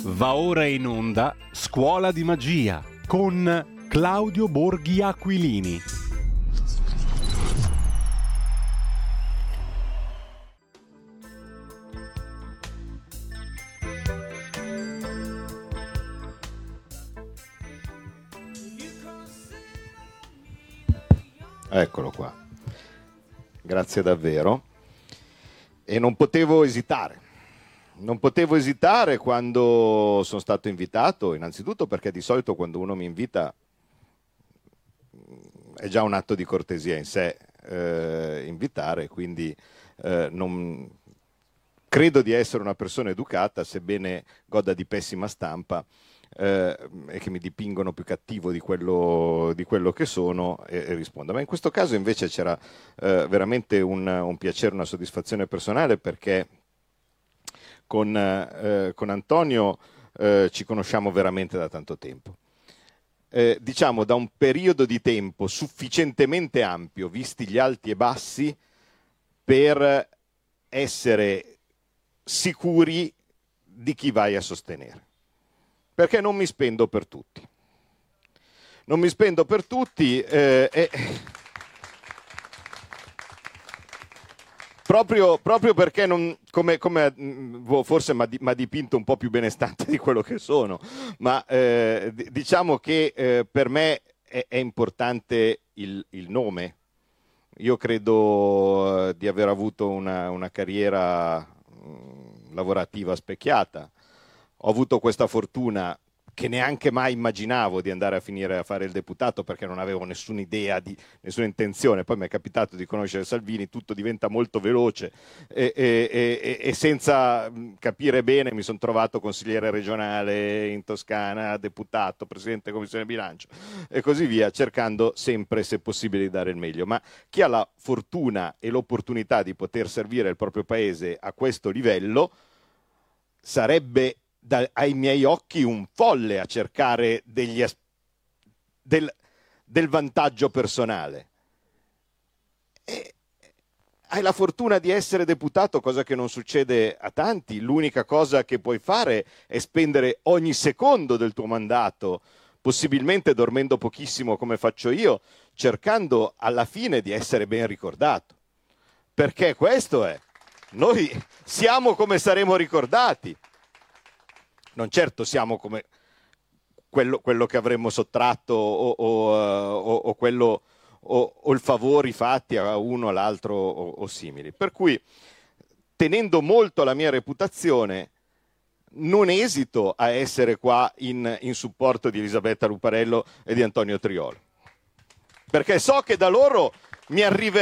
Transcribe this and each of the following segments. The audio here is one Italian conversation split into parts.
Va ora in onda Scuola di Magia con Claudio Borghi Aquilini. Eccolo qua. Grazie davvero. E non potevo esitare. Non potevo esitare quando sono stato invitato, innanzitutto perché di solito quando uno mi invita è già un atto di cortesia in sé invitare, quindi non credo di essere una persona educata, sebbene goda di pessima stampa e che mi dipingono più cattivo di quello che sono e rispondo. Ma in questo caso invece c'era veramente un piacere, una soddisfazione personale, perché con Antonio ci conosciamo veramente da tanto tempo. Diciamo da un periodo di tempo sufficientemente ampio, visti gli alti e bassi, per essere sicuri di chi vai a sostenere. Perché non mi spendo per tutti. Non mi spendo per tutti proprio perché non, come forse mi ha dipinto un po' più benestante di quello che sono, ma diciamo che per me è importante il nome. Io credo di aver avuto una carriera lavorativa specchiata. Ho avuto questa fortuna che neanche mai immaginavo di andare a finire a fare il deputato, perché non avevo nessuna idea, nessuna intenzione. Poi mi è capitato di conoscere Salvini, tutto diventa molto veloce e senza capire bene mi sono trovato consigliere regionale in Toscana, deputato, presidente della commissione bilancio e così via, cercando sempre, se possibile, di dare il meglio. Ma chi ha la fortuna e l'opportunità di poter servire il proprio paese a questo livello sarebbe ai miei occhi un folle a cercare del vantaggio personale. E hai la fortuna di essere deputato, cosa che non succede a tanti. L'unica cosa che puoi fare è spendere ogni secondo del tuo mandato, possibilmente dormendo pochissimo come faccio io, cercando alla fine di essere ben ricordato. Perché questo è. Noi siamo come saremo ricordati. Non certo siamo come quello che avremmo sottratto o il favori fatti a uno, all'altro o simili. Per cui, tenendo molto alla mia reputazione, non esito a essere qua in supporto di Elisabetta Luparello e di Antonio Triolo. Perché so che da loro mi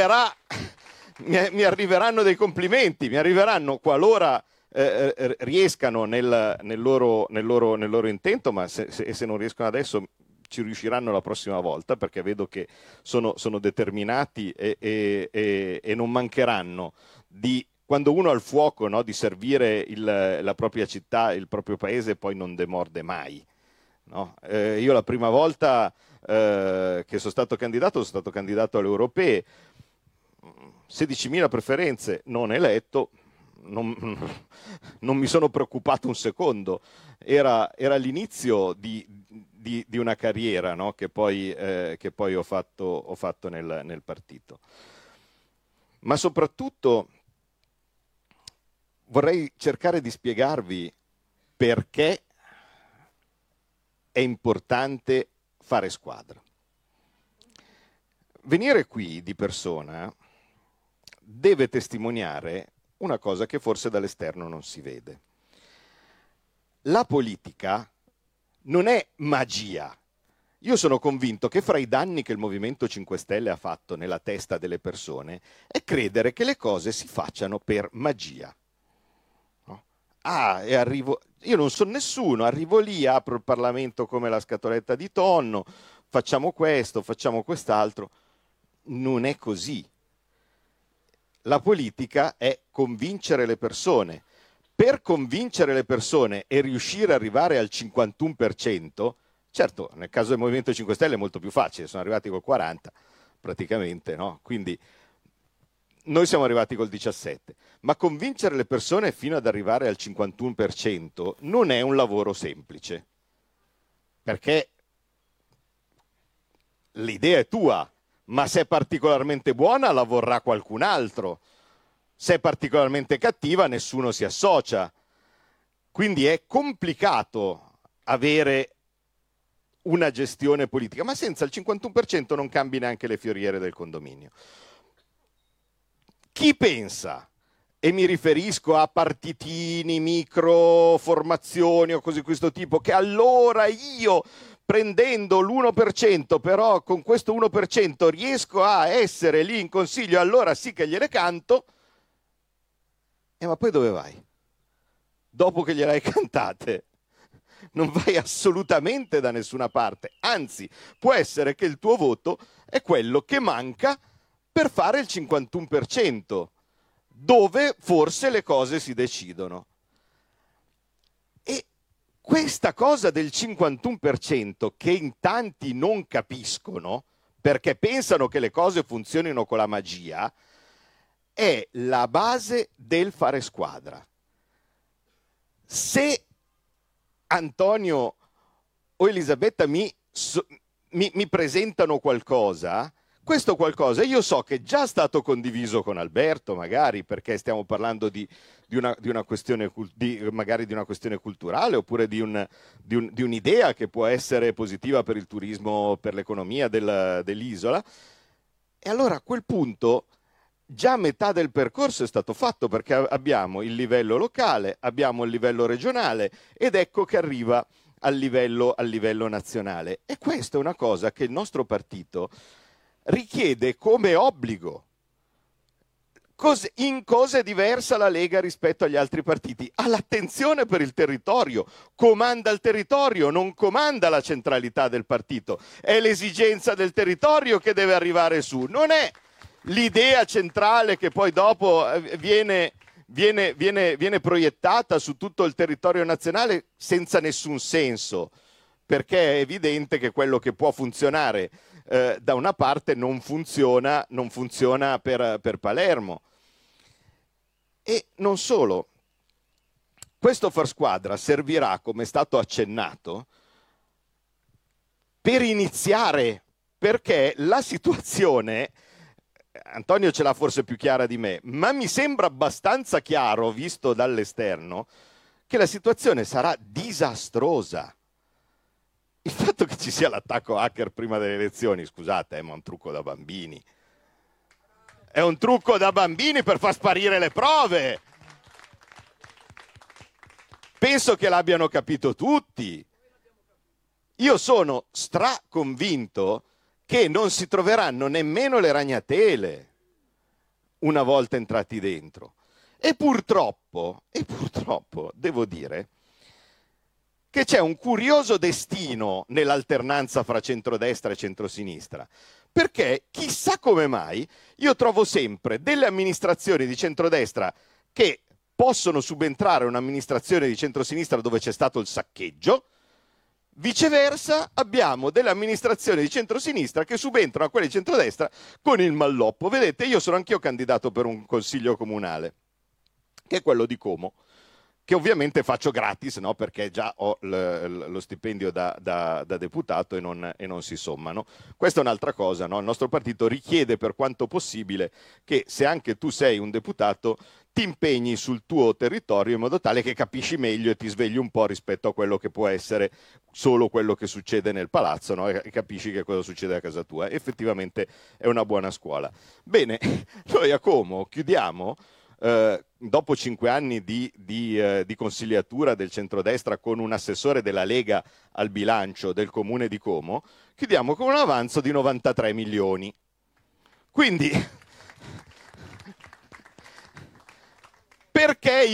arriveranno dei complimenti, mi arriveranno qualora riescano nel loro intento, ma se non riescono adesso ci riusciranno la prossima volta, perché vedo che sono determinati e non mancheranno di, quando uno ha il fuoco, no, di servire la propria città, il proprio paese, poi non demorde mai. No? Io la prima volta che sono stato candidato alle europee, 16.000 preferenze, non eletto. Non mi sono preoccupato un secondo, era l'inizio di una carriera, no? che poi ho fatto nel partito. Ma soprattutto vorrei cercare di spiegarvi perché è importante fare squadra. Venire qui di persona deve testimoniare una cosa che forse dall'esterno non si vede. La politica non è magia. Io sono convinto che fra i danni che il Movimento 5 Stelle ha fatto nella testa delle persone è credere che le cose si facciano per magia. No? E arrivo, io non sono nessuno, arrivo lì, apro il Parlamento come la scatoletta di tonno, facciamo questo, facciamo quest'altro. Non è così. La politica è convincere le persone. Per convincere le persone e riuscire ad arrivare al 51%, certo, nel caso del Movimento 5 Stelle è molto più facile, sono arrivati col 40% praticamente, no? Quindi noi siamo arrivati col 17%, ma convincere le persone fino ad arrivare al 51% non è un lavoro semplice, perché l'idea è tua, ma se è particolarmente buona la vorrà qualcun altro, se è particolarmente cattiva nessuno si associa, quindi è complicato avere una gestione politica, ma senza il 51% non cambi neanche le fioriere del condominio. Chi pensa, e mi riferisco a partitini, micro formazioni o cose di questo tipo, che allora io prendendo l'1%, però con questo 1% riesco a essere lì in consiglio, allora sì che gliele canto, ma poi dove vai? Dopo che gliele hai cantate, non vai assolutamente da nessuna parte, anzi può essere che il tuo voto è quello che manca per fare il 51%, dove forse le cose si decidono. E questa cosa del 51% che in tanti non capiscono, perché pensano che le cose funzionino con la magia, è la base del fare squadra. Se Antonio o Elisabetta mi presentano qualcosa, questo qualcosa io so che è già stato condiviso con Alberto, magari perché stiamo parlando di una questione magari di una questione culturale, oppure di un'idea che può essere positiva per il turismo, per l'economia dell'isola. E allora a quel punto già metà del percorso è stato fatto, perché abbiamo il livello locale, abbiamo il livello regionale ed ecco che arriva al livello nazionale. E questa è una cosa che il nostro partito richiede come obbligo. In cosa è diversa la Lega rispetto agli altri partiti? Ha l'attenzione per il territorio, comanda il territorio, non comanda la centralità del partito. È l'esigenza del territorio che deve arrivare su, non è l'idea centrale che poi dopo viene proiettata su tutto il territorio nazionale senza nessun senso, perché è evidente che quello che può funzionare da una parte non funziona per Palermo. E non solo, questo far squadra servirà, come è stato accennato, per iniziare, perché la situazione, Antonio ce l'ha forse più chiara di me, ma mi sembra abbastanza chiaro, visto dall'esterno, che la situazione sarà disastrosa. Il fatto che ci sia l'attacco hacker prima delle elezioni, scusate, ma è un trucco da bambini. È un trucco da bambini per far sparire le prove. Penso che l'abbiano capito tutti. Io sono straconvinto che non si troveranno nemmeno le ragnatele una volta entrati dentro. E purtroppo, devo dire che c'è un curioso destino nell'alternanza fra centrodestra e centrosinistra, perché chissà come mai io trovo sempre delle amministrazioni di centrodestra che possono subentrare a un'amministrazione di centrosinistra dove c'è stato il saccheggio, viceversa abbiamo delle amministrazioni di centrosinistra che subentrano a quelle di centrodestra con il malloppo. Vedete, io sono anch'io candidato per un consiglio comunale, che è quello di Como, che ovviamente faccio gratis, no? Perché già ho lo stipendio da deputato e non si sommano. Questa è un'altra cosa, no? Il nostro partito richiede per quanto possibile che se anche tu sei un deputato ti impegni sul tuo territorio in modo tale che capisci meglio e ti svegli un po' rispetto a quello che può essere solo quello che succede nel palazzo, no? E capisci che cosa succede a casa tua. Effettivamente è una buona scuola. Bene, noi a Como chiudiamo. Dopo 5 anni di consigliatura del centrodestra con un assessore della Lega al bilancio del comune di Como, chiudiamo con un avanzo di 93 milioni. Quindi, perché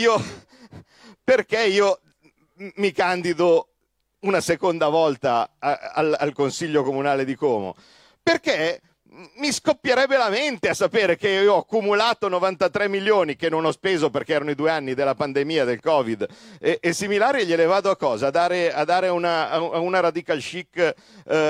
io mi candido una seconda volta al Consiglio Comunale di Como? Perché mi scoppierebbe la mente a sapere che io ho accumulato 93 milioni che non ho speso perché erano i 2 anni della pandemia, del Covid e similari, e gliele vado a cosa? A dare una radical chic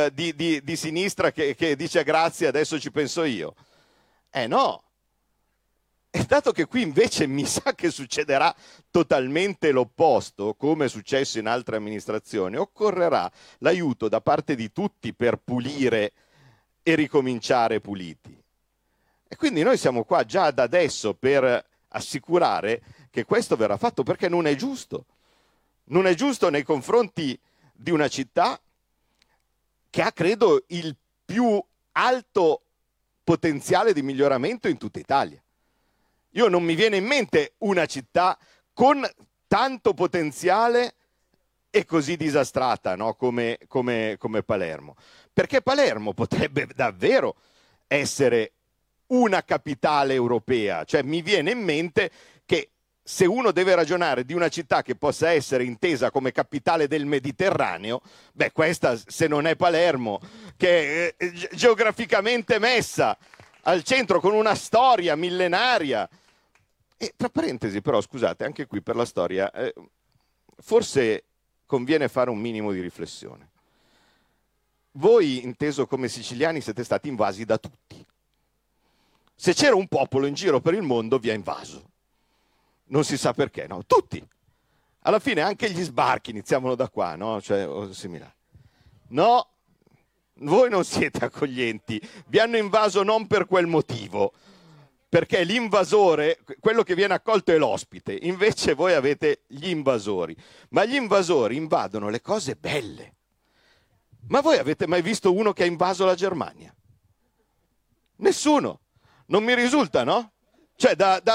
di sinistra che dice grazie, adesso ci penso io. No, E dato che qui invece mi sa che succederà totalmente l'opposto, come è successo in altre amministrazioni, occorrerà l'aiuto da parte di tutti per pulire e ricominciare puliti. E quindi noi siamo qua già da adesso per assicurare che questo verrà fatto, perché non è giusto. Non è giusto nei confronti di una città che ha, credo, il più alto potenziale di miglioramento in tutta Italia. Io non mi viene in mente una città con tanto potenziale e così disastrata, no? come Palermo. Perché Palermo potrebbe davvero essere una capitale europea. Cioè mi viene in mente che se uno deve ragionare di una città che possa essere intesa come capitale del Mediterraneo, beh, questa, se non è Palermo, che è geograficamente messa al centro con una storia millenaria. E tra parentesi, però, scusate, anche qui per la storia, forse conviene fare un minimo di riflessione. Voi, inteso come siciliani, siete stati invasi da tutti. Se c'era un popolo in giro per il mondo, vi ha invaso. Non si sa perché, no? Tutti. Alla fine anche gli sbarchi iniziavano da qua, no? Cioè, o similari. No, voi non siete accoglienti. Vi hanno invaso non per quel motivo, perché l'invasore, quello che viene accolto è l'ospite, invece voi avete gli invasori. Ma gli invasori invadono le cose belle. Ma voi avete mai visto uno che ha invaso la Germania? Nessuno. Non mi risulta, no? Cioè,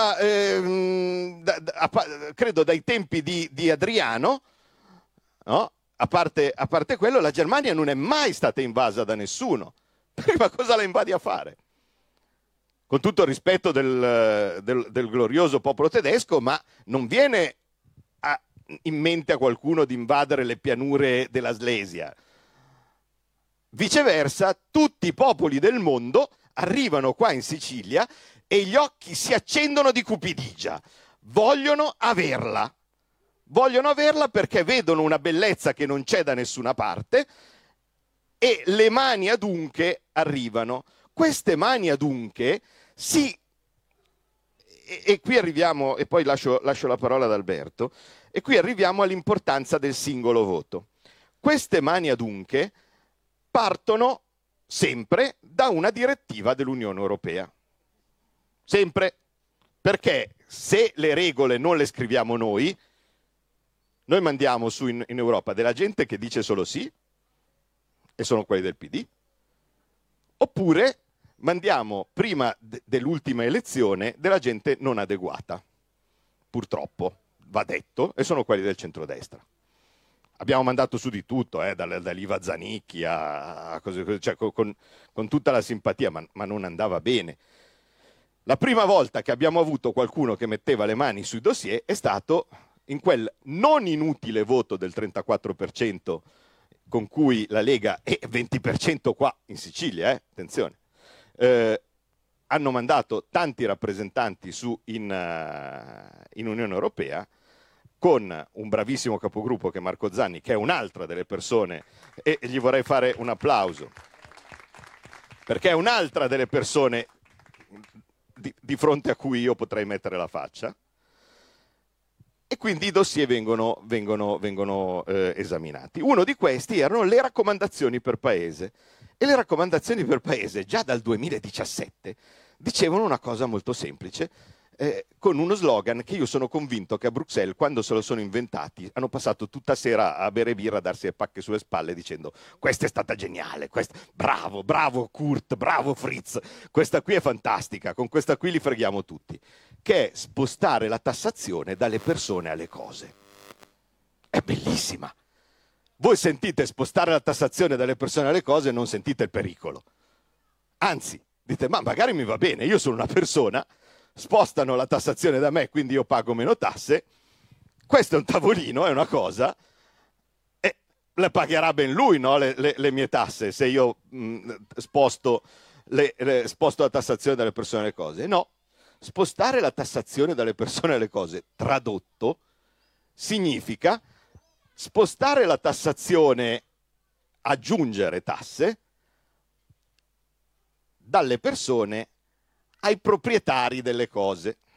credo dai tempi di Adriano, no? A parte quello, la Germania non è mai stata invasa da nessuno. Ma cosa la invadi a fare? Con tutto il rispetto del glorioso popolo tedesco, ma non viene in mente a qualcuno di invadere le pianure della Slesia. Viceversa, tutti i popoli del mondo arrivano qua in Sicilia e gli occhi si accendono di cupidigia. Vogliono averla. Vogliono averla perché vedono una bellezza che non c'è da nessuna parte e le mani adunche arrivano. Queste mani adunche e qui arriviamo, e poi lascio la parola ad Alberto, e qui arriviamo all'importanza del singolo voto. Queste mani adunche partono sempre da una direttiva dell'Unione Europea. Sempre. Perché se le regole non le scriviamo noi mandiamo su in Europa della gente che dice solo sì, e sono quelli del PD, oppure mandiamo prima dell'ultima elezione della gente non adeguata. Purtroppo, va detto, e sono quelli del centrodestra. Abbiamo mandato su di tutto, dall'Iva Zanicchi a cose, cioè, con tutta la simpatia, ma non andava bene. La prima volta che abbiamo avuto qualcuno che metteva le mani sui dossier è stato in quel non inutile voto del 34% con cui la Lega, e 20% qua in Sicilia, attenzione, hanno mandato tanti rappresentanti in Unione Europea, con un bravissimo capogruppo che è Marco Zanni, che è un'altra delle persone, e gli vorrei fare un applauso, perché è un'altra delle persone di fronte a cui io potrei mettere la faccia, e quindi i dossier vengono esaminati. Uno di questi erano le raccomandazioni per paese, e le raccomandazioni per paese già dal 2017 dicevano una cosa molto semplice, con uno slogan che io sono convinto che a Bruxelles, quando se lo sono inventati, hanno passato tutta sera a bere birra, a darsi le pacche sulle spalle dicendo: questa è stata geniale, bravo Kurt, bravo Fritz, questa qui è fantastica, con questa qui li freghiamo tutti, che è spostare la tassazione dalle persone alle cose. È bellissima. Voi sentite spostare la tassazione dalle persone alle cose e non sentite il pericolo. Anzi, dite: ma magari mi va bene, io sono una persona, spostano la tassazione da me, quindi io pago meno tasse, questo è un tavolino, è una cosa, e le pagherà ben lui, no? le mie tasse, se io sposto la tassazione dalle persone alle cose. No, spostare la tassazione dalle persone alle cose, tradotto, significa spostare la tassazione, aggiungere tasse, dalle persone ai proprietari delle cose.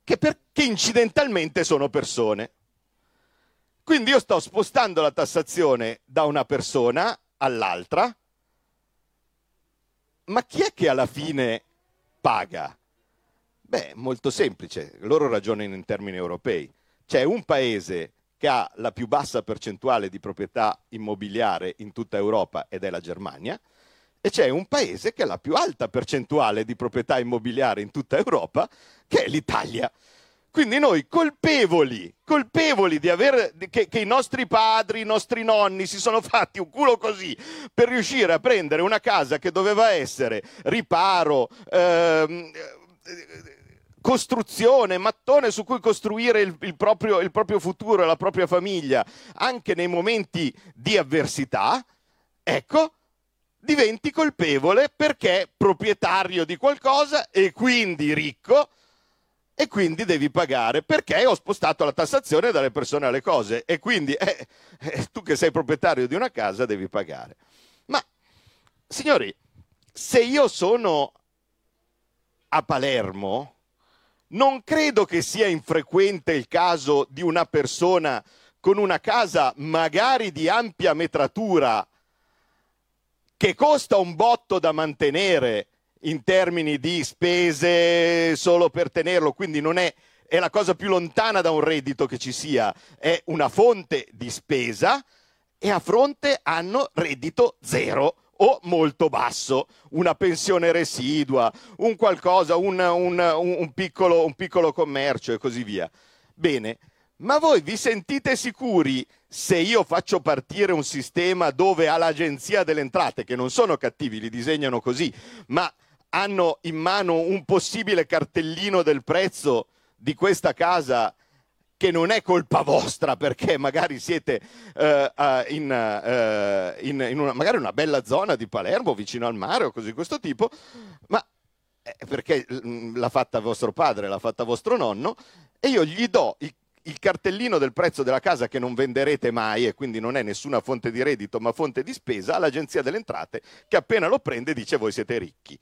che incidentalmente sono persone. Quindi io sto spostando la tassazione da una persona all'altra, ma chi è che alla fine paga? Beh, molto semplice, loro ragionano in termini europei. C'è un paese che ha la più bassa percentuale di proprietà immobiliare in tutta Europa ed è la Germania, e c'è un paese che ha la più alta percentuale di proprietà immobiliare in tutta Europa, che è l'Italia. Quindi noi colpevoli di che i nostri padri, i nostri nonni si sono fatti un culo così per riuscire a prendere una casa che doveva essere riparo, costruzione, mattone su cui costruire il proprio futuro e la propria famiglia, anche nei momenti di avversità, ecco, diventi colpevole perché proprietario di qualcosa e quindi ricco, e quindi devi pagare perché ho spostato la tassazione dalle persone alle cose, e quindi tu che sei proprietario di una casa devi pagare. Ma signori, se io sono a Palermo, non credo che sia infrequente il caso di una persona con una casa magari di ampia metratura che costa un botto da mantenere in termini di spese solo per tenerlo, quindi non è la cosa più lontana da un reddito che ci sia, è una fonte di spesa, e a fronte hanno reddito zero o molto basso, una pensione residua, un qualcosa, un piccolo commercio e così via. Bene, ma voi vi sentite sicuri se io faccio partire un sistema dove all'Agenzia delle Entrate, che non sono cattivi, li disegnano così, ma hanno in mano un possibile cartellino del prezzo di questa casa che non è colpa vostra perché magari siete in magari una bella zona di Palermo vicino al mare o così di questo tipo, ma perché l'ha fatta vostro padre, l'ha fatta vostro nonno, e io gli do il cartellino del prezzo della casa che non venderete mai e quindi non è nessuna fonte di reddito ma fonte di spesa all'Agenzia delle Entrate, che appena lo prende dice voi siete ricchi.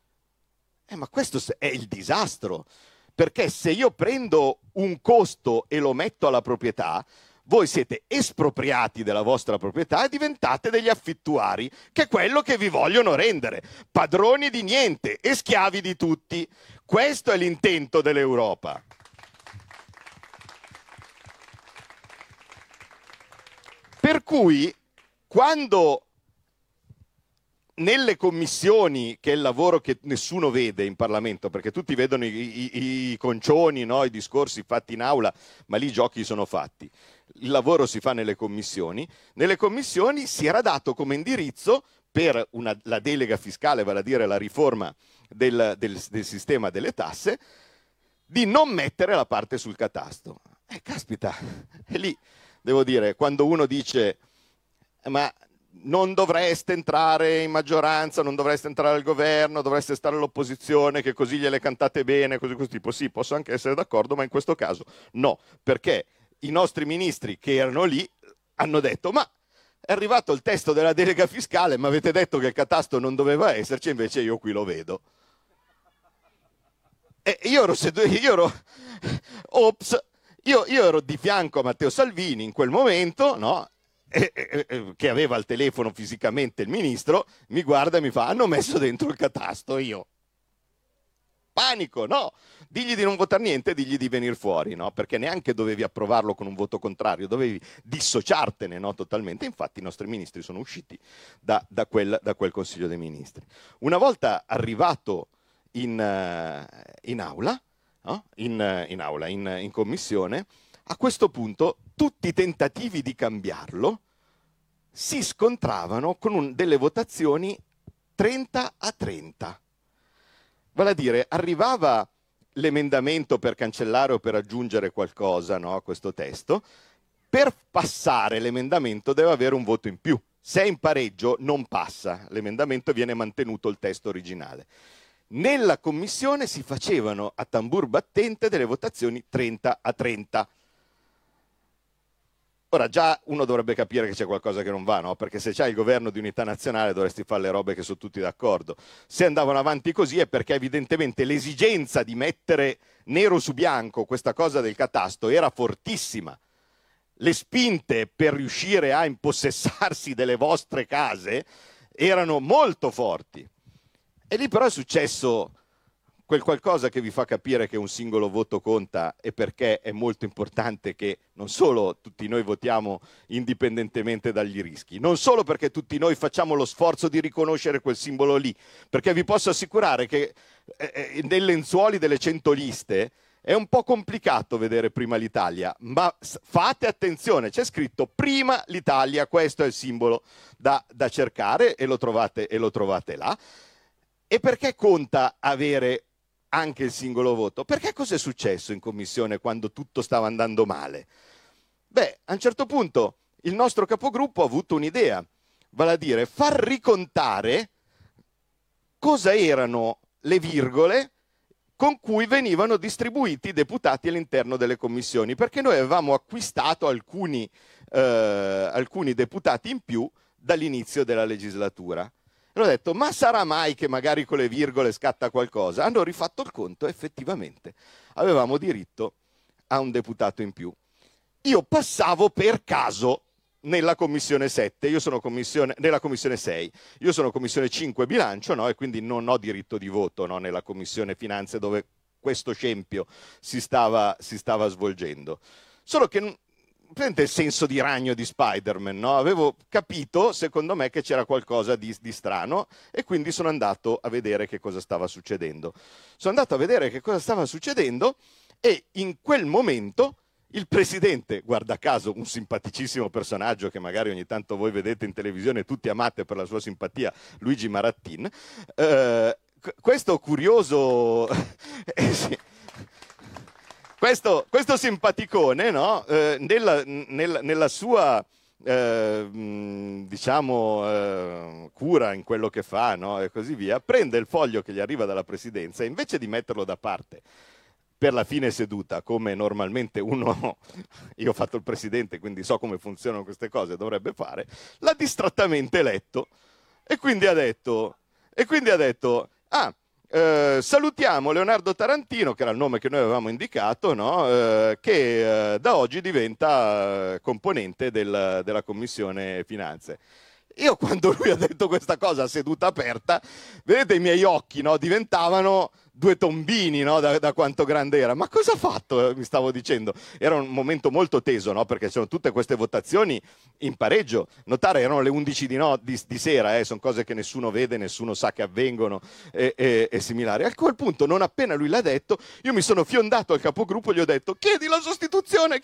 Ma questo è il disastro, perché se io prendo un costo e lo metto alla proprietà, voi siete espropriati della vostra proprietà e diventate degli affittuari, che è quello che vi vogliono rendere, padroni di niente e schiavi di tutti. Questo è l'intento dell'Europa. Per cui, quando nelle commissioni, che è il lavoro che nessuno vede in Parlamento, perché tutti vedono i concioni, no? I discorsi fatti in aula, ma lì i giochi sono fatti. Il lavoro si fa nelle commissioni. Nelle commissioni si era dato come indirizzo per la delega fiscale, vale a dire la riforma del sistema delle tasse, di non mettere la parte sul catasto. Caspita, e lì devo dire, quando uno dice ma non dovreste entrare in maggioranza, non dovreste entrare al governo, dovreste stare all'opposizione, che così gliele cantate bene, così questo tipo. Sì, posso anche essere d'accordo, ma in questo caso no, perché i nostri ministri che erano lì hanno detto ma è arrivato il testo della delega fiscale, ma avete detto che il catasto non doveva esserci, invece io qui lo vedo. E io ero di fianco a Matteo Salvini in quel momento, no? Che aveva al telefono fisicamente il ministro, mi guarda e mi fa: hanno messo dentro il catasto. Io panico, no, digli di non votare niente, digli di venire fuori, no? Perché neanche dovevi approvarlo con un voto contrario, dovevi dissociartene, no? Totalmente. Infatti i nostri ministri sono usciti da quel Consiglio dei Ministri. Una volta arrivato in aula, no? in commissione, a questo punto tutti i tentativi di cambiarlo si scontravano con delle votazioni 30-30. Vale a dire, arrivava l'emendamento per cancellare o per aggiungere qualcosa, no, a questo testo. Per passare l'emendamento deve avere un voto in più. Se è in pareggio non passa, l'emendamento viene mantenuto il testo originale. Nella commissione si facevano a tambur battente delle votazioni 30-30. Ora già uno dovrebbe capire che c'è qualcosa che non va, no? Perché se c'hai il governo di unità nazionale dovresti fare le robe che sono tutti d'accordo. Se andavano avanti così è perché evidentemente l'esigenza di mettere nero su bianco questa cosa del catasto era fortissima. Le spinte per riuscire a impossessarsi delle vostre case erano molto forti. E lì però è successo quel qualcosa che vi fa capire che un singolo voto conta e perché è molto importante che non solo tutti noi votiamo indipendentemente dagli rischi, non solo perché tutti noi facciamo lo sforzo di riconoscere quel simbolo lì, perché vi posso assicurare che nei lenzuoli delle 100 liste è un po' complicato vedere prima l'Italia, ma fate attenzione, c'è scritto prima l'Italia, questo è il simbolo da cercare e lo trovate là. E perché conta avere anche il singolo voto? Perché cosa è successo in commissione quando tutto stava andando male? Beh, a un certo punto il nostro capogruppo ha avuto un'idea, vale a dire far ricontare cosa erano le virgole con cui venivano distribuiti i deputati all'interno delle commissioni, perché noi avevamo acquistato alcuni deputati in più dall'inizio della legislatura. E ho detto, ma sarà mai che magari con le virgole scatta qualcosa? Hanno rifatto il conto, effettivamente avevamo diritto a un deputato in più. Io passavo per caso nella commissione 7, io sono nella commissione 6, io sono commissione 5 bilancio, no? E quindi non ho diritto di voto, no? Nella commissione finanze dove questo scempio si stava svolgendo. Solo che prende il senso di ragno di Spider-Man, no? Avevo capito, secondo me, che c'era qualcosa di strano e quindi sono andato a vedere che cosa stava succedendo. E in quel momento il presidente, guarda caso un simpaticissimo personaggio che magari ogni tanto voi vedete in televisione, tutti amate per la sua simpatia, Luigi Marattin, questo curioso... sì. Questo simpaticone, no? Nella sua cura in quello che fa, no? E così via, prende il foglio che gli arriva dalla presidenza e invece di metterlo da parte per la fine seduta, come normalmente uno, io ho fatto il presidente quindi so come funzionano queste cose, dovrebbe fare, l'ha distrattamente letto e quindi ha detto salutiamo Leonardo Tarantino, che era il nome che noi avevamo indicato, no? Che da oggi diventa componente della Commissione Finanze. Io quando lui ha detto questa cosa a seduta aperta, vedete i miei occhi, no? Diventavano due tombini, no? Da quanto grande era. Ma cosa ha fatto? Mi stavo dicendo. Era un momento molto teso, no? Perché c'erano tutte queste votazioni in pareggio. Notare, erano le 11 di sera, sono cose che nessuno vede, nessuno sa che avvengono e similari. A quel punto, non appena lui l'ha detto, io mi sono fiondato al capogruppo e gli ho detto chiedi la sostituzione,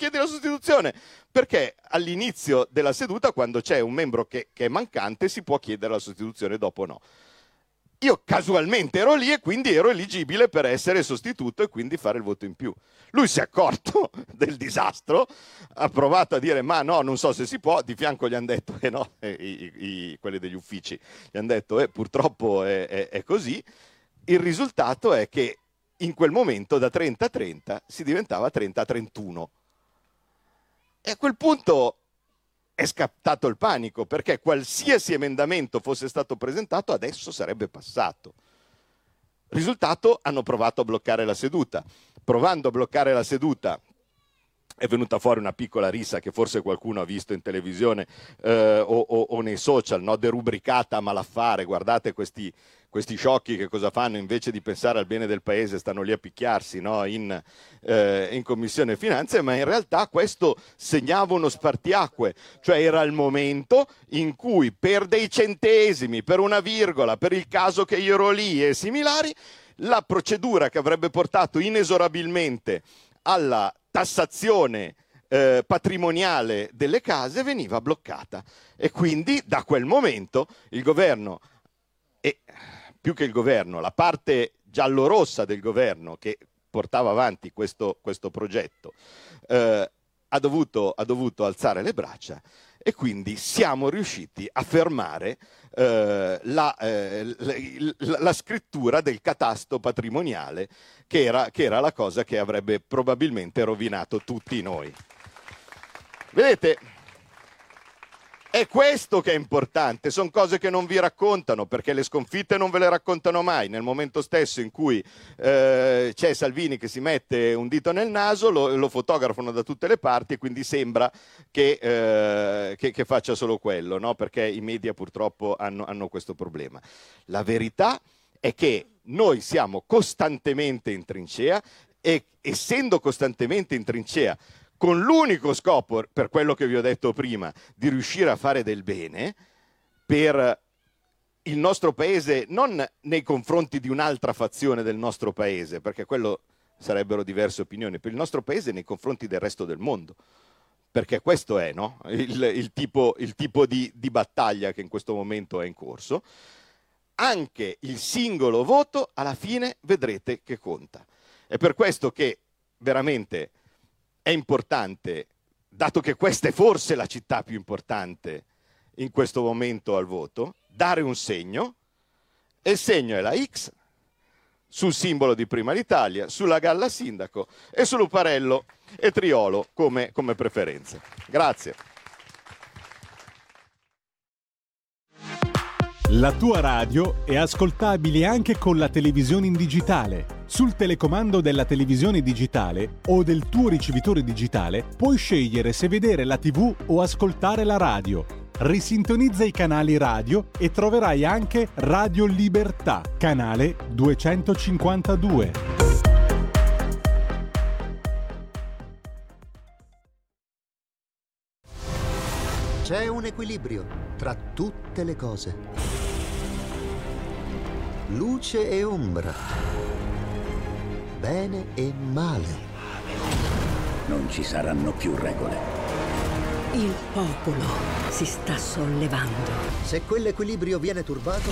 perché all'inizio della seduta, quando c'è un membro che è mancante, si può chiedere la sostituzione, dopo no. Io casualmente ero lì e quindi ero eligibile per essere sostituto e quindi fare il voto in più. Lui si è accorto del disastro, ha provato a dire ma no, non so se si può, di fianco gli hanno detto no, quelli degli uffici gli hanno detto purtroppo è così. Il risultato è che in quel momento da 30-30 si diventava 30-31. E a quel punto è scattato il panico, perché qualsiasi emendamento fosse stato presentato adesso sarebbe passato. Risultato, hanno provato a bloccare la seduta. Provando a bloccare la seduta è venuta fuori una piccola rissa che forse qualcuno ha visto in televisione o nei social, no? Derubricata a malaffare. Guardate questi sciocchi che cosa fanno, invece di pensare al bene del paese stanno lì a picchiarsi, no? in Commissione Finanze, ma in realtà questo segnava uno spartiacque, cioè era il momento in cui per dei centesimi, per una virgola, per il caso che io ero lì e similari, la procedura che avrebbe portato inesorabilmente alla tassazione patrimoniale delle case veniva bloccata. E quindi da quel momento il governo, e più che il governo, la parte giallorossa del governo che portava avanti questo progetto, ha dovuto alzare le braccia e quindi siamo riusciti a fermare la scrittura del catasto patrimoniale che era la cosa che avrebbe probabilmente rovinato tutti noi. Vedete, è questo che è importante, sono cose che non vi raccontano, perché le sconfitte non ve le raccontano mai. Nel momento stesso in cui c'è Salvini che si mette un dito nel naso, lo fotografano da tutte le parti e quindi sembra che faccia solo quello, no? Perché i media purtroppo hanno questo problema. La verità è che noi siamo costantemente in trincea e, essendo costantemente in trincea, con l'unico scopo, per quello che vi ho detto prima, di riuscire a fare del bene per il nostro paese, non nei confronti di un'altra fazione del nostro paese, perché quello sarebbero diverse opinioni, per il nostro paese nei confronti del resto del mondo. Perché questo è, no? il tipo di battaglia che in questo momento è in corso. Anche il singolo voto, alla fine, vedrete che conta. È per questo che veramente è importante, dato che questa è forse la città più importante in questo momento al voto, dare un segno, e il segno è la X sul simbolo di Prima l'Italia, sulla galla sindaco e su Luparello e Triolo come preferenze. Grazie. La tua radio è ascoltabile anche con la televisione in digitale. Sul telecomando della televisione digitale o del tuo ricevitore digitale puoi scegliere se vedere la TV o ascoltare la radio. Risintonizza i canali radio e troverai anche Radio Libertà, canale 252. C'è un equilibrio tra tutte le cose. Luce e ombra. Bene e male. Non ci saranno più regole. Il popolo si sta sollevando. Se quell'equilibrio viene turbato,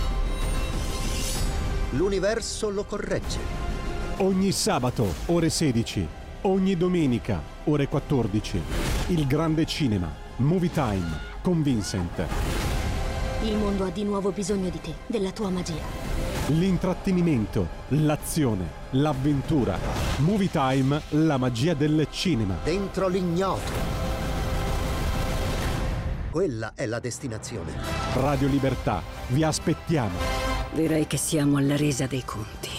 l'universo lo corregge. Ogni sabato, ore 16. Ogni domenica, ore 14. Il grande cinema. Movie Time con Vincent. Il mondo ha di nuovo bisogno di te, della tua magia. L'intrattenimento, l'azione, l'avventura. Movie Time, la magia del cinema. Dentro l'ignoto. Quella è la destinazione. Radio Libertà, vi aspettiamo. Direi che siamo alla resa dei conti.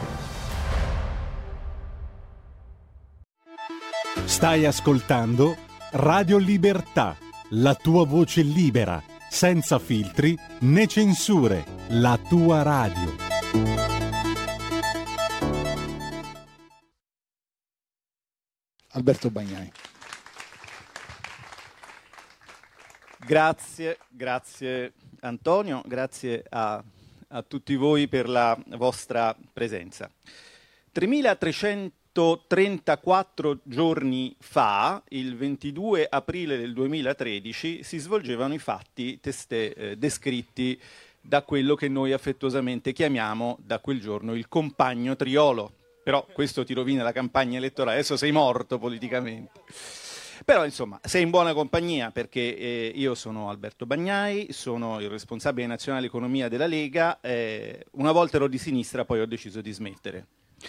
Stai ascoltando Radio Libertà, la tua voce libera, senza filtri né censure, la tua radio. Alberto Bagnai. Grazie Antonio, grazie a tutti voi per la vostra presenza. 3.334 giorni fa, il 22 aprile del 2013, si svolgevano i fatti testé descritti da quello che noi affettuosamente chiamiamo da quel giorno il compagno Triolo. Però questo ti rovina la campagna elettorale, adesso sei morto politicamente. Però insomma sei in buona compagnia, perché io sono Alberto Bagnai, sono il responsabile nazionale economia della Lega, una volta ero di sinistra, poi ho deciso di smettere.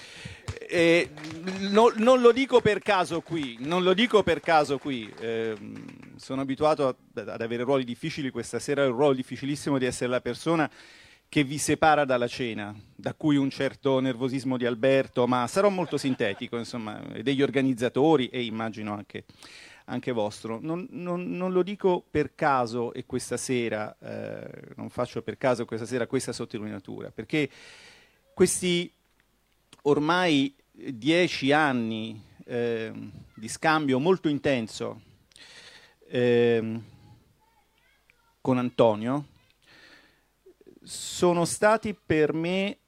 Non lo dico per caso qui, sono abituato ad avere ruoli difficili. Questa sera è un ruolo difficilissimo di essere la persona che vi separa dalla cena, da cui un certo nervosismo di Alberto, ma sarò molto sintetico, insomma, degli organizzatori e immagino anche vostro. Non lo dico per caso, e questa sera non faccio per caso questa sera questa sottolineatura, perché questi ormai 10 anni di scambio molto intenso con Antonio sono stati per me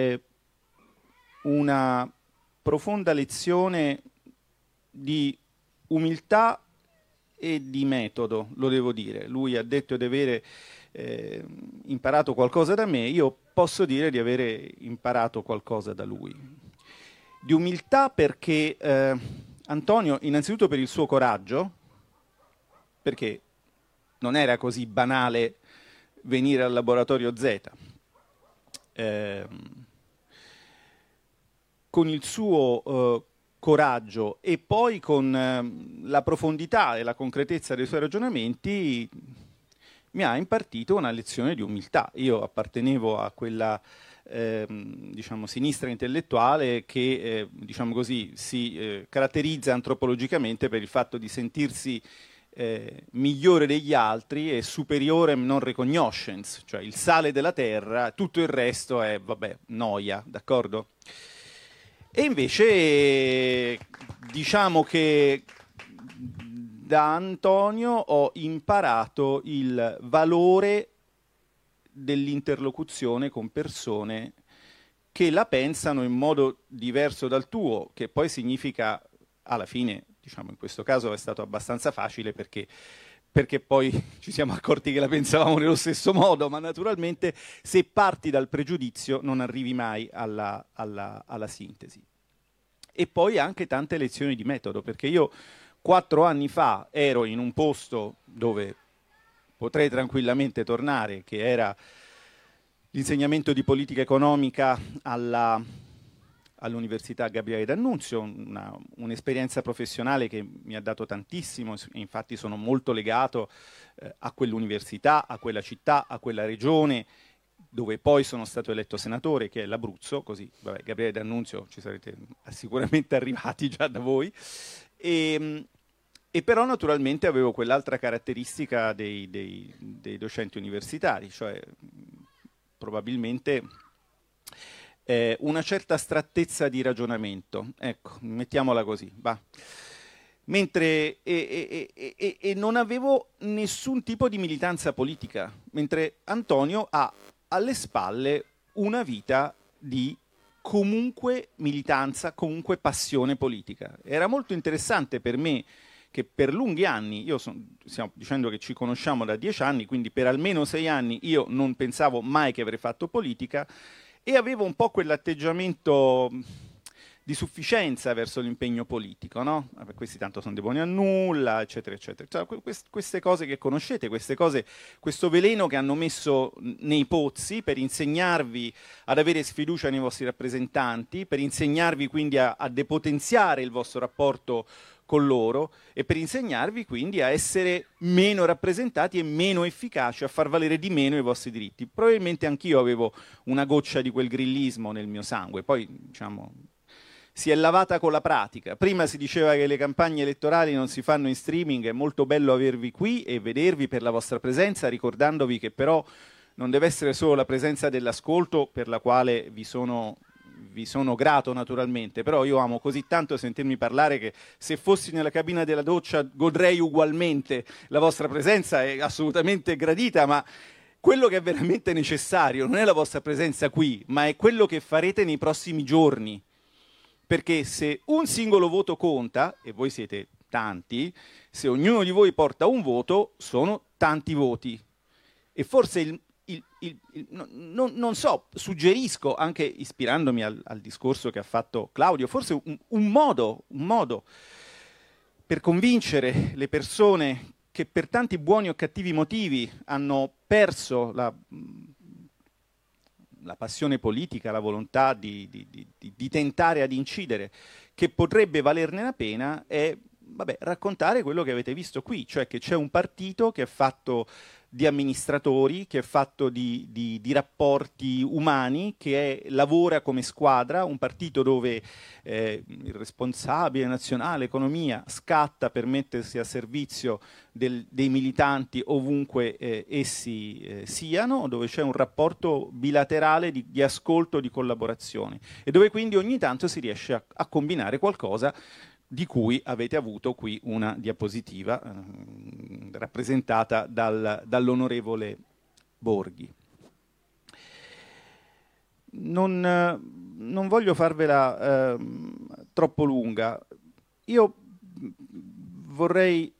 una profonda lezione di umiltà e di metodo, lo devo dire. Lui ha detto di avere imparato qualcosa da me, io posso dire di avere imparato qualcosa da lui. Di umiltà perché Antonio, innanzitutto per il suo coraggio, perché non era così banale venire al laboratorio Z, con il suo coraggio e poi con la profondità e la concretezza dei suoi ragionamenti mi ha impartito una lezione di umiltà. Io appartenevo a quella diciamo sinistra intellettuale che diciamo così si caratterizza antropologicamente per il fatto di sentirsi migliore degli altri e superiorem non recognoscens, cioè il sale della terra, tutto il resto è, vabbè, noia, d'accordo? E invece diciamo che da Antonio ho imparato il valore dell'interlocuzione con persone che la pensano in modo diverso dal tuo, che poi significa, alla fine, diciamo in questo caso è stato abbastanza facile perché poi ci siamo accorti che la pensavamo nello stesso modo, ma naturalmente se parti dal pregiudizio non arrivi mai alla sintesi. E poi anche tante lezioni di metodo, perché io 4 anni fa ero in un posto dove potrei tranquillamente tornare, che era l'insegnamento di politica economica all'Università Gabriele D'Annunzio, un'esperienza professionale che mi ha dato tantissimo, infatti sono molto legato a quell'università, a quella città, a quella regione, dove poi sono stato eletto senatore, che è l'Abruzzo, così vabbè, Gabriele D'Annunzio ci sarete sicuramente arrivati già da voi, e però naturalmente avevo quell'altra caratteristica dei docenti universitari, cioè probabilmente una certa strattezza di ragionamento, ecco, mettiamola così, va. Mentre e non avevo nessun tipo di militanza politica, mentre Antonio ha alle spalle una vita di comunque militanza, comunque passione politica. Era molto interessante per me che per lunghi anni, stiamo dicendo che ci conosciamo da 10 anni, quindi per almeno 6 anni io non pensavo mai che avrei fatto politica e avevo un po' quell'atteggiamento di sufficienza verso l'impegno politico, no? Questi tanto sono dei buoni a nulla, eccetera, eccetera. Cioè, queste cose che conoscete, queste cose, questo veleno che hanno messo nei pozzi per insegnarvi ad avere sfiducia nei vostri rappresentanti, per insegnarvi quindi a depotenziare il vostro rapporto con loro e per insegnarvi quindi a essere meno rappresentati e meno efficaci, a far valere di meno i vostri diritti. Probabilmente anch'io avevo una goccia di quel grillismo nel mio sangue, poi diciamo si è lavata con la pratica. Prima si diceva che le campagne elettorali non si fanno in streaming, è molto bello avervi qui e vedervi per la vostra presenza, ricordandovi che però non deve essere solo la presenza dell'ascolto, per la quale vi sono grato naturalmente, però io amo così tanto sentirmi parlare che se fossi nella cabina della doccia godrei ugualmente. La vostra presenza è assolutamente gradita, ma quello che è veramente necessario non è la vostra presenza qui, ma è quello che farete nei prossimi giorni. Perché se un singolo voto conta, e voi siete tanti, se ognuno di voi porta un voto, sono tanti voti. E forse non so, suggerisco, anche ispirandomi al discorso che ha fatto Claudio, forse un modo per convincere le persone che per tanti buoni o cattivi motivi hanno perso la passione politica, la volontà di tentare ad incidere, che potrebbe valerne la pena, è raccontare quello che avete visto qui, cioè che c'è un partito che è fatto di amministratori, che è fatto di rapporti umani, che lavora come squadra, un partito dove il responsabile nazionale economia scatta per mettersi a servizio dei militanti ovunque essi siano, dove c'è un rapporto bilaterale di ascolto, di collaborazione e dove quindi ogni tanto si riesce a combinare qualcosa di cui avete avuto qui una diapositiva rappresentata dall'onorevole Borghi. Non voglio farvela troppo lunga. Io vorrei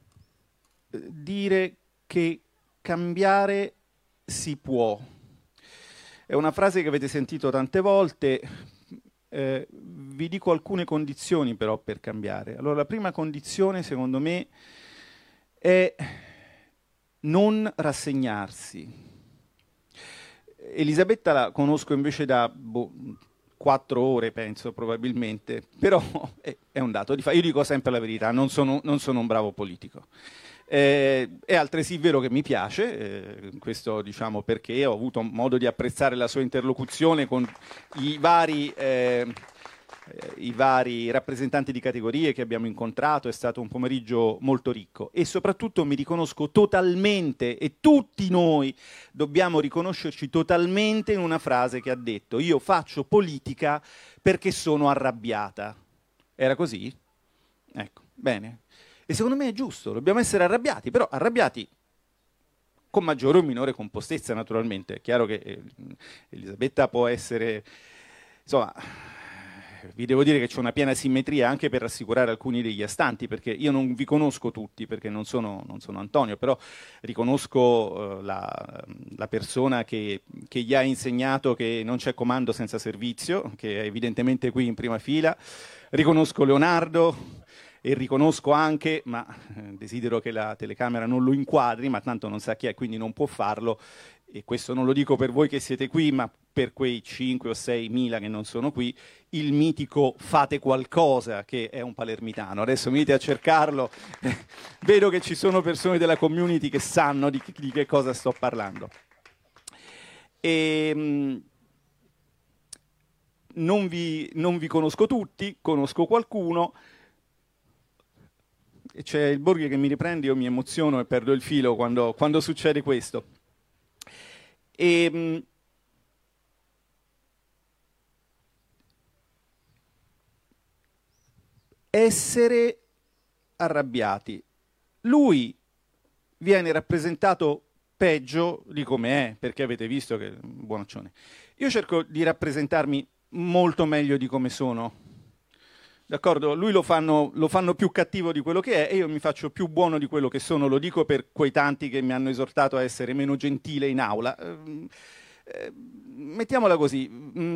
dire che cambiare si può. È una frase che avete sentito tante volte. Vi dico alcune condizioni però per cambiare. Allora, la prima condizione secondo me è non rassegnarsi. Elisabetta la conosco invece da 4 ore, penso, probabilmente, però è un dato di fatto. Io dico sempre la verità, non sono un bravo politico. È altresì vero che mi piace, questo diciamo perché ho avuto modo di apprezzare la sua interlocuzione con i vari rappresentanti di categorie che abbiamo incontrato. È stato un pomeriggio molto ricco e soprattutto mi riconosco totalmente, e tutti noi dobbiamo riconoscerci totalmente, in una frase che ha detto: io faccio politica perché sono arrabbiata. Era così? Ecco, bene. E secondo me è giusto, dobbiamo essere arrabbiati, però arrabbiati con maggiore o minore compostezza, naturalmente. È chiaro che Elisabetta può essere... Insomma, vi devo dire che c'è una piena simmetria anche per rassicurare alcuni degli astanti, perché io non vi conosco tutti, perché non sono Antonio, però riconosco la persona che gli ha insegnato che non c'è comando senza servizio, che è evidentemente qui in prima fila. Riconosco Leonardo e riconosco anche, ma desidero che la telecamera non lo inquadri, ma tanto non sa chi è, quindi non può farlo, e questo non lo dico per voi che siete qui, ma per quei 5 o 6 mila che non sono qui, il mitico Fate Qualcosa, che è un palermitano. Adesso venite a cercarlo, vedo che ci sono persone della community che sanno di che cosa sto parlando. Non vi conosco tutti, conosco qualcuno. C'è il Borghi che mi riprende, io mi emoziono e perdo il filo quando succede questo. Essere arrabbiati. Lui viene rappresentato peggio di come è, perché avete visto che è un buonaccione. Io cerco di rappresentarmi molto meglio di come sono. D'accordo? Lui lo fanno più cattivo di quello che è e io mi faccio più buono di quello che sono. Lo dico per quei tanti che mi hanno esortato a essere meno gentile in aula. Mettiamola così.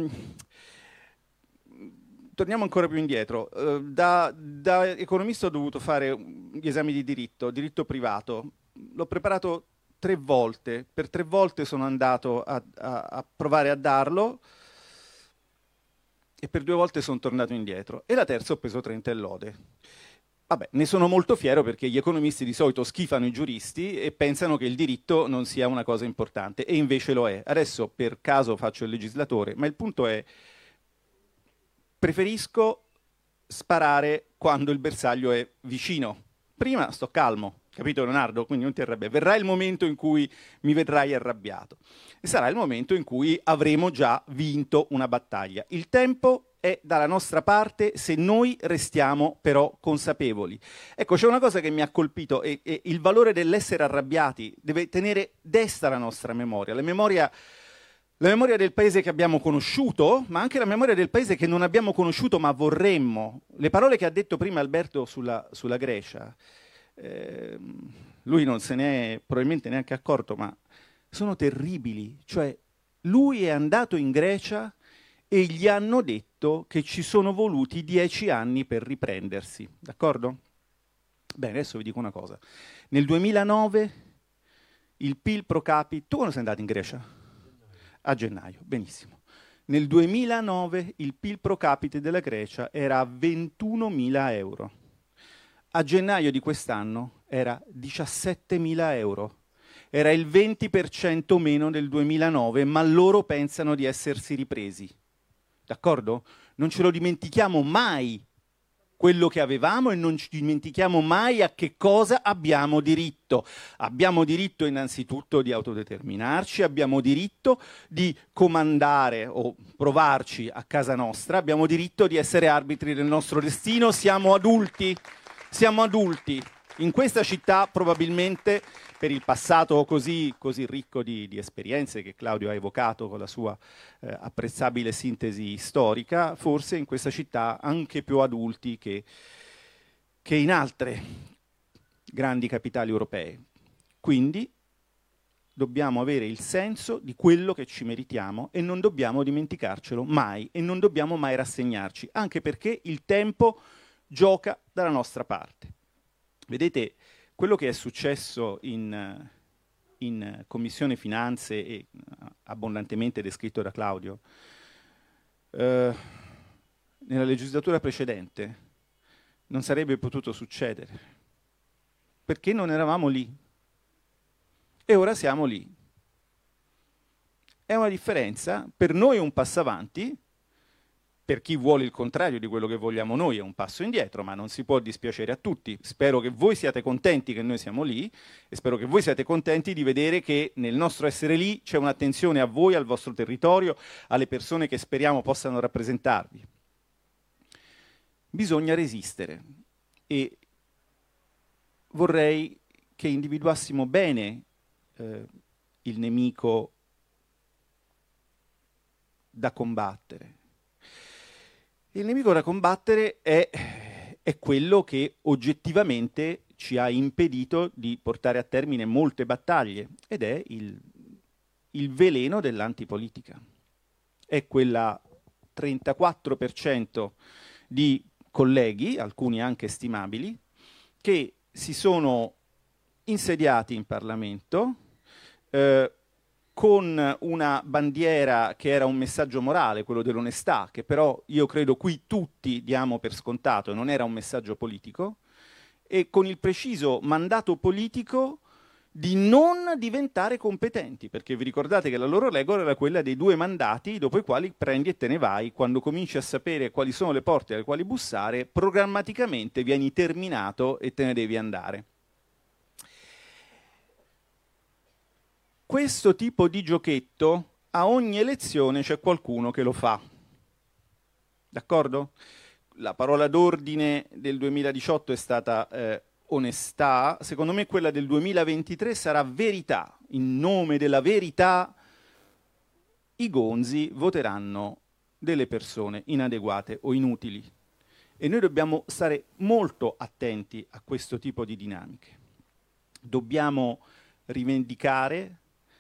Torniamo ancora più indietro. Da economista ho dovuto fare gli esami di diritto privato. L'ho preparato 3 volte. Per 3 volte sono andato a provare a darlo. E per 2 volte sono tornato indietro. E la terza ho preso 30 e lode. Vabbè, ne sono molto fiero perché gli economisti di solito schifano i giuristi e pensano che il diritto non sia una cosa importante, e invece lo è. Adesso per caso faccio il legislatore, ma il punto è: preferisco sparare quando il bersaglio è vicino. Prima sto calmo, capito Leonardo? Quindi non ti arrabbiare. Verrà il momento in cui mi vedrai arrabbiato. E sarà il momento in cui avremo già vinto una battaglia. Il tempo è dalla nostra parte se noi restiamo però consapevoli. Ecco, c'è una cosa che mi ha colpito, e il valore dell'essere arrabbiati deve tenere desta la nostra memoria. La memoria del paese che abbiamo conosciuto, ma anche la memoria del paese che non abbiamo conosciuto ma vorremmo. Le parole che ha detto prima Alberto sulla Grecia, lui non se ne è probabilmente neanche accorto, ma sono terribili. Cioè, lui è andato in Grecia e gli hanno detto che ci sono voluti 10 anni per riprendersi, d'accordo? Bene, adesso vi dico una cosa. Nel 2009 il PIL pro capite... Tu quando sei andato in Grecia? A gennaio, benissimo. Nel 2009 il PIL pro capite della Grecia era a 21.000 euro. A gennaio di quest'anno era 17.000 euro. Era il 20% meno del 2009, ma loro pensano di essersi ripresi. D'accordo? Non ce lo dimentichiamo mai quello che avevamo e non ci dimentichiamo mai a che cosa abbiamo diritto. Abbiamo diritto innanzitutto di autodeterminarci, abbiamo diritto di comandare o provarci a casa nostra, abbiamo diritto di essere arbitri del nostro destino, siamo adulti. Siamo adulti. In questa città probabilmente, per il passato così ricco di esperienze che Claudio ha evocato con la sua apprezzabile sintesi storica, forse in questa città anche più adulti che in altre grandi capitali europee. Quindi dobbiamo avere il senso di quello che ci meritiamo e non dobbiamo dimenticarcelo mai e non dobbiamo mai rassegnarci, anche perché il tempo gioca dalla nostra parte. Vedete, quello che è successo in Commissione Finanze e abbondantemente descritto da Claudio nella legislatura precedente non sarebbe potuto succedere, perché non eravamo lì e ora siamo lì. È una differenza, per noi è un passo avanti, per chi vuole il contrario di quello che vogliamo noi è un passo indietro, ma non si può dispiacere a tutti. Spero che voi siate contenti che noi siamo lì e spero che voi siate contenti di vedere che nel nostro essere lì c'è un'attenzione a voi, al vostro territorio, alle persone che speriamo possano rappresentarvi. Bisogna resistere e vorrei che individuassimo bene il nemico da combattere. Il nemico da combattere è quello che oggettivamente ci ha impedito di portare a termine molte battaglie ed è il veleno dell'antipolitica. È quella 34% di colleghi, alcuni anche stimabili, che si sono insediati in Parlamento con una bandiera che era un messaggio morale, quello dell'onestà, che però io credo qui tutti diamo per scontato, non era un messaggio politico, e con il preciso mandato politico di non diventare competenti, perché vi ricordate che la loro regola era quella dei 2 mandati dopo i quali prendi e te ne vai. Quando cominci a sapere quali sono le porte alle quali bussare, programmaticamente vieni terminato e te ne devi andare. Questo tipo di giochetto, a ogni elezione c'è qualcuno che lo fa. D'accordo? La parola d'ordine del 2018 è stata onestà, secondo me quella del 2023 sarà verità. In nome della verità i gonzi voteranno delle persone inadeguate o inutili. E noi dobbiamo stare molto attenti a questo tipo di dinamiche. Dobbiamo rivendicare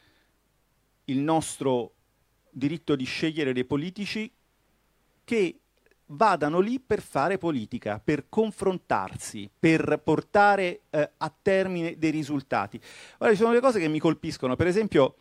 il nostro diritto di scegliere dei politici che vadano lì per fare politica, per confrontarsi, per portare a termine dei risultati. Ora, ci sono delle cose che mi colpiscono. Per esempio,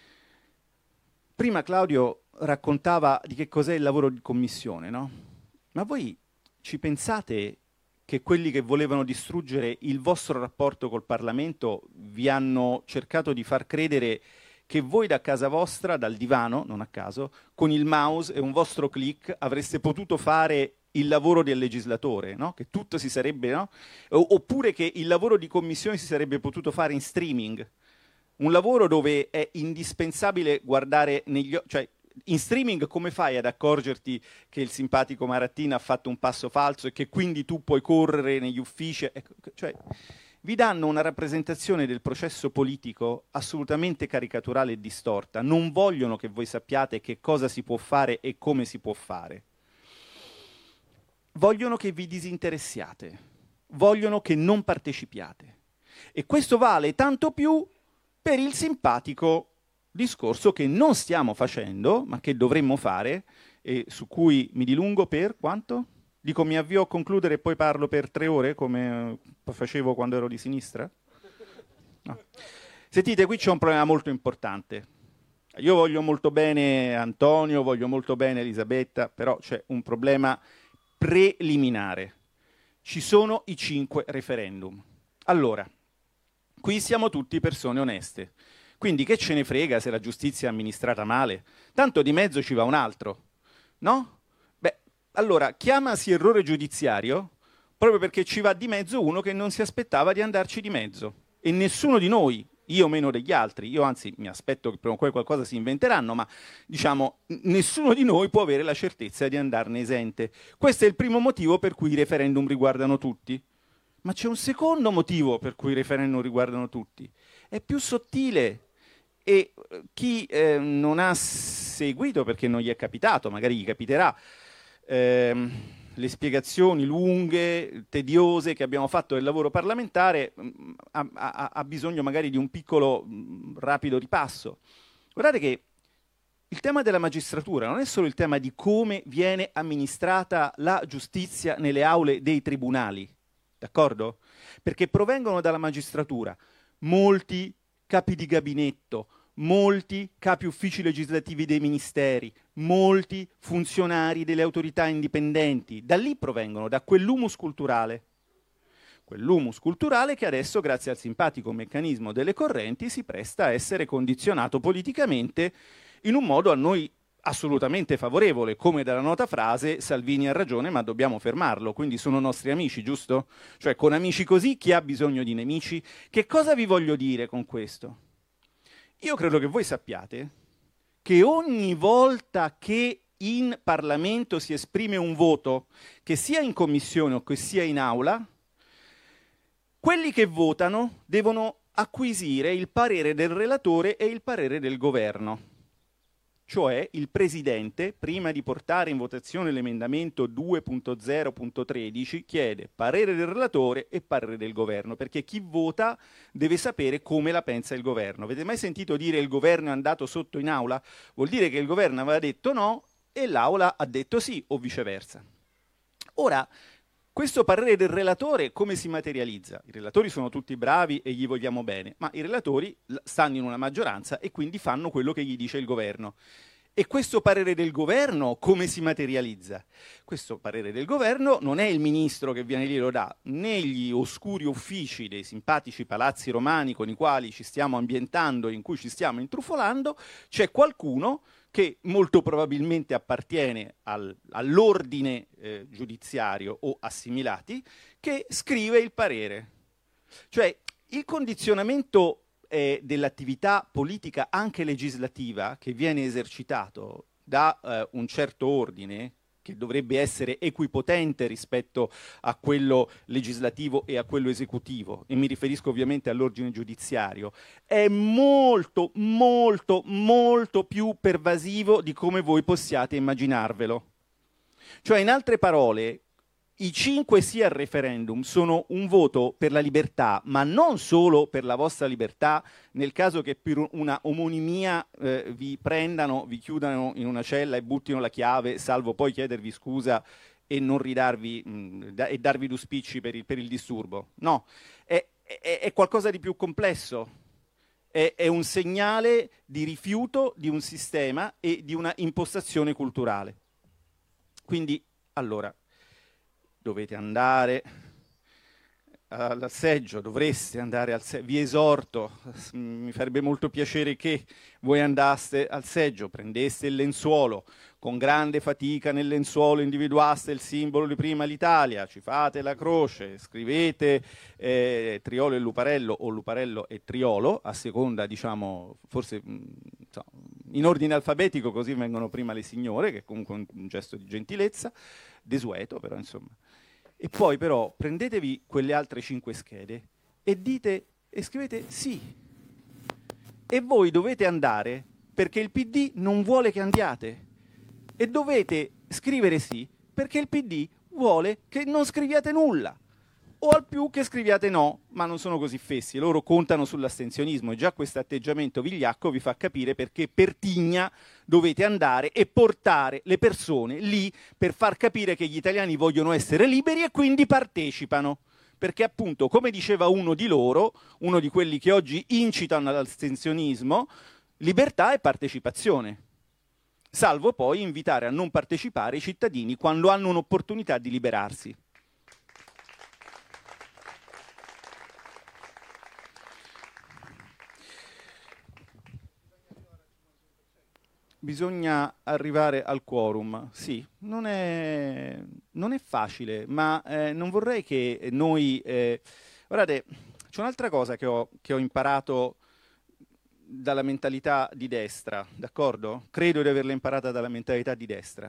prima Claudio raccontava di che cos'è il lavoro di commissione, no? Ma voi ci pensate che quelli che volevano distruggere il vostro rapporto col Parlamento vi hanno cercato di far credere che voi da casa vostra, dal divano, non a caso, con il mouse e un vostro click avreste potuto fare il lavoro del legislatore, no? Che tutto si sarebbe, no? Oppure che il lavoro di commissione si sarebbe potuto fare in streaming, un lavoro dove è indispensabile guardare negli occhi, cioè in streaming come fai ad accorgerti che il simpatico Marattini ha fatto un passo falso e che quindi tu puoi correre negli uffici, cioè vi danno una rappresentazione del processo politico assolutamente caricaturale e distorta. Non vogliono che voi sappiate che cosa si può fare e come si può fare. Vogliono che vi disinteressiate, vogliono che non partecipiate. E questo vale tanto più per il simpatico discorso che non stiamo facendo, ma che dovremmo fare, e su cui mi dilungo per quanto? Dico, mi avvio a concludere e poi parlo per 3 ore, come facevo quando ero di sinistra? No. Sentite, qui c'è un problema molto importante. Io voglio molto bene Antonio, voglio molto bene Elisabetta, però c'è un problema preliminare. Ci sono i 5 referendum. Allora, qui siamo tutti persone oneste. Quindi che ce ne frega se la giustizia è amministrata male? Tanto di mezzo ci va un altro, no? Allora, chiamasi errore giudiziario proprio perché ci va di mezzo uno che non si aspettava di andarci di mezzo. E nessuno di noi, io meno degli altri, io anzi mi aspetto che prima o poi qualcosa si inventeranno, ma diciamo nessuno di noi può avere la certezza di andarne esente. Questo è il primo motivo per cui i referendum riguardano tutti. Ma c'è un secondo motivo per cui i referendum riguardano tutti. È più sottile. E chi non ha seguito, perché non gli è capitato, magari gli capiterà, le spiegazioni lunghe, tediose che abbiamo fatto del lavoro parlamentare, ha bisogno magari di un piccolo rapido ripasso. Guardate che il tema della magistratura non è solo il tema di come viene amministrata la giustizia nelle aule dei tribunali, d'accordo? Perché provengono dalla magistratura molti capi di gabinetto, molti capi uffici legislativi dei ministeri, molti funzionari delle autorità indipendenti. Da lì provengono, da quell'humus culturale. Quell'humus culturale che adesso, grazie al simpatico meccanismo delle correnti, si presta a essere condizionato politicamente in un modo a noi assolutamente favorevole, come dalla nota frase Salvini ha ragione ma dobbiamo fermarlo, quindi sono nostri amici, giusto? Cioè con amici così chi ha bisogno di nemici? Che cosa vi voglio dire con questo? Io credo che voi sappiate che ogni volta che in Parlamento si esprime un voto, che sia in commissione o che sia in aula, quelli che votano devono acquisire il parere del relatore e il parere del governo. Cioè il Presidente, prima di portare in votazione l'emendamento 2.0.13, chiede parere del relatore e parere del governo, perché chi vota deve sapere come la pensa il governo. Avete mai sentito dire il governo è andato sotto in aula? Vuol dire che il governo aveva detto no e l'aula ha detto sì, o viceversa. Ora, questo parere del relatore come si materializza? I relatori sono tutti bravi e gli vogliamo bene, ma i relatori stanno in una maggioranza e quindi fanno quello che gli dice il governo. E questo parere del governo come si materializza? Questo parere del governo non è il ministro che viene lì e lo dà, né gli oscuri uffici dei simpatici palazzi romani con i quali ci stiamo ambientando, in cui ci stiamo intrufolando, c'è qualcuno che molto probabilmente appartiene all'ordine giudiziario o assimilati, che scrive il parere. Cioè il condizionamento dell'attività politica anche legislativa che viene esercitato da un certo ordine, che dovrebbe essere equipotente rispetto a quello legislativo e a quello esecutivo, e mi riferisco ovviamente all'ordine giudiziario, è molto, molto, molto più pervasivo di come voi possiate immaginarvelo. Cioè, in altre parole, i 5 sì al referendum sono un voto per la libertà, ma non solo per la vostra libertà, nel caso che per una omonimia vi prendano, vi chiudano in una cella e buttino la chiave, salvo poi chiedervi scusa e non ridarvi e darvi 2 spicci per il disturbo. No, è qualcosa di più complesso. È un segnale di rifiuto di un sistema e di una impostazione culturale. Quindi, allora, dovete andare al seggio, dovreste andare al seggio, vi esorto, mi farebbe molto piacere che voi andaste al seggio, prendeste il lenzuolo, con grande fatica nel lenzuolo individuaste il simbolo di Prima l'Italia, ci fate la croce, scrivete Triolo e Luparello o Luparello e Triolo, a seconda, diciamo, forse in ordine alfabetico, così vengono prima le signore, che è comunque un gesto di gentilezza, desueto però, insomma. E poi però prendetevi quelle altre 5 schede e dite e scrivete sì. E voi dovete andare perché il PD non vuole che andiate. E dovete scrivere sì perché il PD vuole che non scriviate nulla. O al più che scriviate no, ma non sono così fessi, loro contano sull'astensionismo e già questo atteggiamento vigliacco vi fa capire perché per tigna dovete andare e portare le persone lì per far capire che gli italiani vogliono essere liberi e quindi partecipano. Perché appunto, come diceva uno di loro, uno di quelli che oggi incitano all'astensionismo, libertà e partecipazione. Salvo poi invitare a non partecipare i cittadini quando hanno un'opportunità di liberarsi. Bisogna arrivare al quorum, sì, non è facile, ma non vorrei che noi... guardate, c'è un'altra cosa che ho imparato dalla mentalità di destra, d'accordo? Credo di averla imparata dalla mentalità di destra.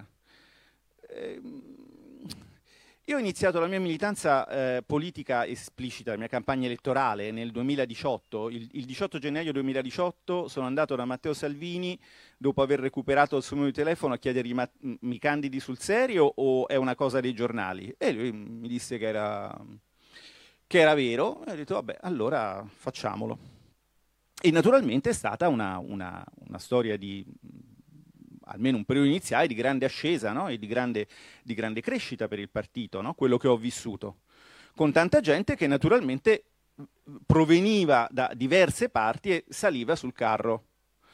Io ho iniziato la mia militanza politica esplicita, la mia campagna elettorale nel 2018, il 18 gennaio 2018 sono andato da Matteo Salvini dopo aver recuperato il suo numero di telefono a chiedergli ma mi candidi sul serio o è una cosa dei giornali? E lui mi disse che era vero e ho detto vabbè allora facciamolo. E naturalmente è stata una storia di... almeno un periodo iniziale di grande ascesa, no? E di grande crescita per il partito, no? Quello che ho vissuto, con tanta gente che naturalmente proveniva da diverse parti e saliva sul carro.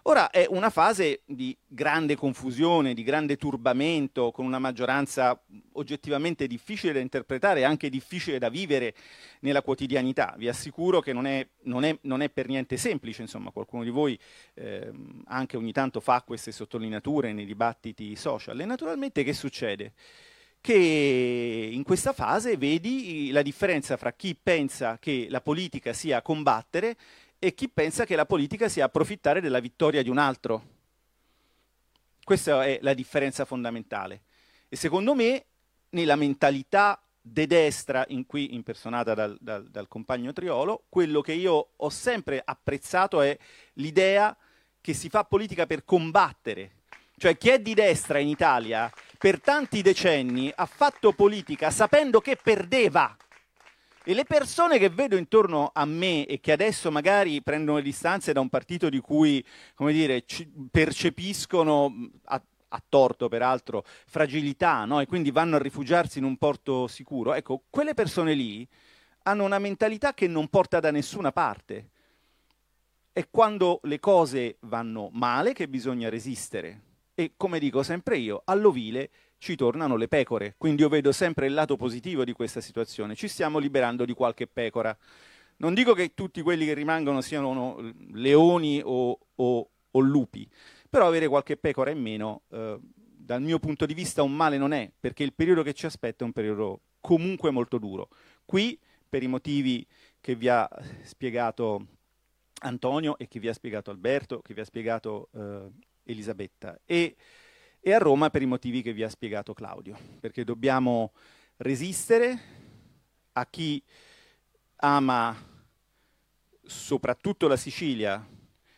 Ora è una fase di grande confusione, di grande turbamento, con una maggioranza oggettivamente difficile da interpretare e anche difficile da vivere nella quotidianità. Vi assicuro che non è per niente semplice, insomma, qualcuno di voi anche ogni tanto fa queste sottolineature nei dibattiti social. E naturalmente che succede? Che in questa fase vedi la differenza fra chi pensa che la politica sia combattere e chi pensa che la politica sia approfittare della vittoria di un altro. Questa è la differenza fondamentale. E secondo me, nella mentalità de destra, qui impersonata dal compagno Triolo, quello che io ho sempre apprezzato è l'idea che si fa politica per combattere. Cioè chi è di destra in Italia per tanti decenni ha fatto politica sapendo che perdeva. E le persone che vedo intorno a me e che adesso magari prendono le distanze da un partito di cui, come dire, percepiscono, a torto peraltro, fragilità, no? E quindi vanno a rifugiarsi in un porto sicuro, ecco, quelle persone lì hanno una mentalità che non porta da nessuna parte. È quando le cose vanno male che bisogna resistere. E come dico sempre io, all'ovile ci tornano le pecore, quindi io vedo sempre il lato positivo di questa situazione, ci stiamo liberando di qualche pecora. Non dico che tutti quelli che rimangono siano leoni o lupi, però avere qualche pecora in meno, dal mio punto di vista un male non è, perché il periodo che ci aspetta è un periodo comunque molto duro. Qui, per i motivi che vi ha spiegato Antonio e che vi ha spiegato Alberto, che vi ha spiegato Elisabetta, e a Roma per i motivi che vi ha spiegato Claudio, perché dobbiamo resistere a chi ama soprattutto la Sicilia,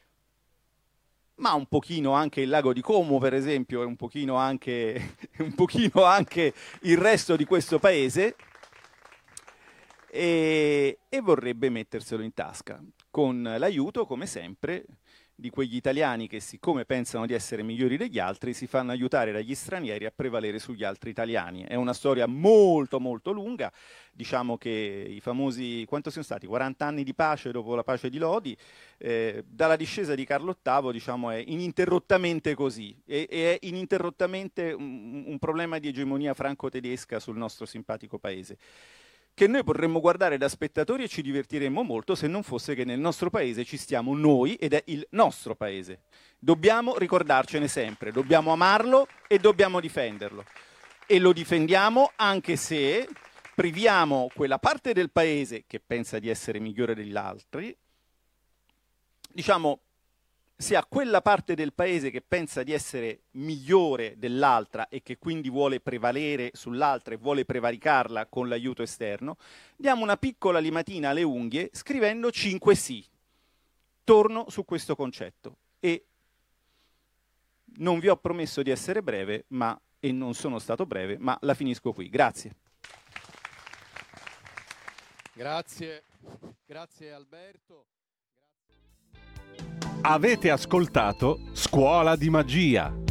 ma un pochino anche il lago di Como, per esempio, e un pochino anche il resto di questo paese, e vorrebbe metterselo in tasca, con l'aiuto, come sempre, di quegli italiani che, siccome pensano di essere migliori degli altri, si fanno aiutare dagli stranieri a prevalere sugli altri italiani. È una storia molto molto lunga, diciamo che i famosi, quanto sono stati? 40 anni di pace dopo la pace di Lodi, dalla discesa di Carlo VIII, diciamo, è ininterrottamente così, e è ininterrottamente un problema di egemonia franco-tedesca sul nostro simpatico paese, che noi potremmo guardare da spettatori e ci divertiremmo molto se non fosse che nel nostro paese ci stiamo noi ed è il nostro paese. Dobbiamo ricordarcene sempre, dobbiamo amarlo e dobbiamo difenderlo. E lo difendiamo anche se priviamo quella parte del paese che pensa di essere migliore degli altri, diciamo, se a quella parte del paese che pensa di essere migliore dell'altra e che quindi vuole prevalere sull'altra e vuole prevaricarla con l'aiuto esterno, diamo una piccola limatina alle unghie scrivendo 5 sì. Torno su questo concetto e non vi ho promesso di essere breve, e non sono stato breve, ma la finisco qui. Grazie. Grazie Alberto. Avete ascoltato Scuola di Magia.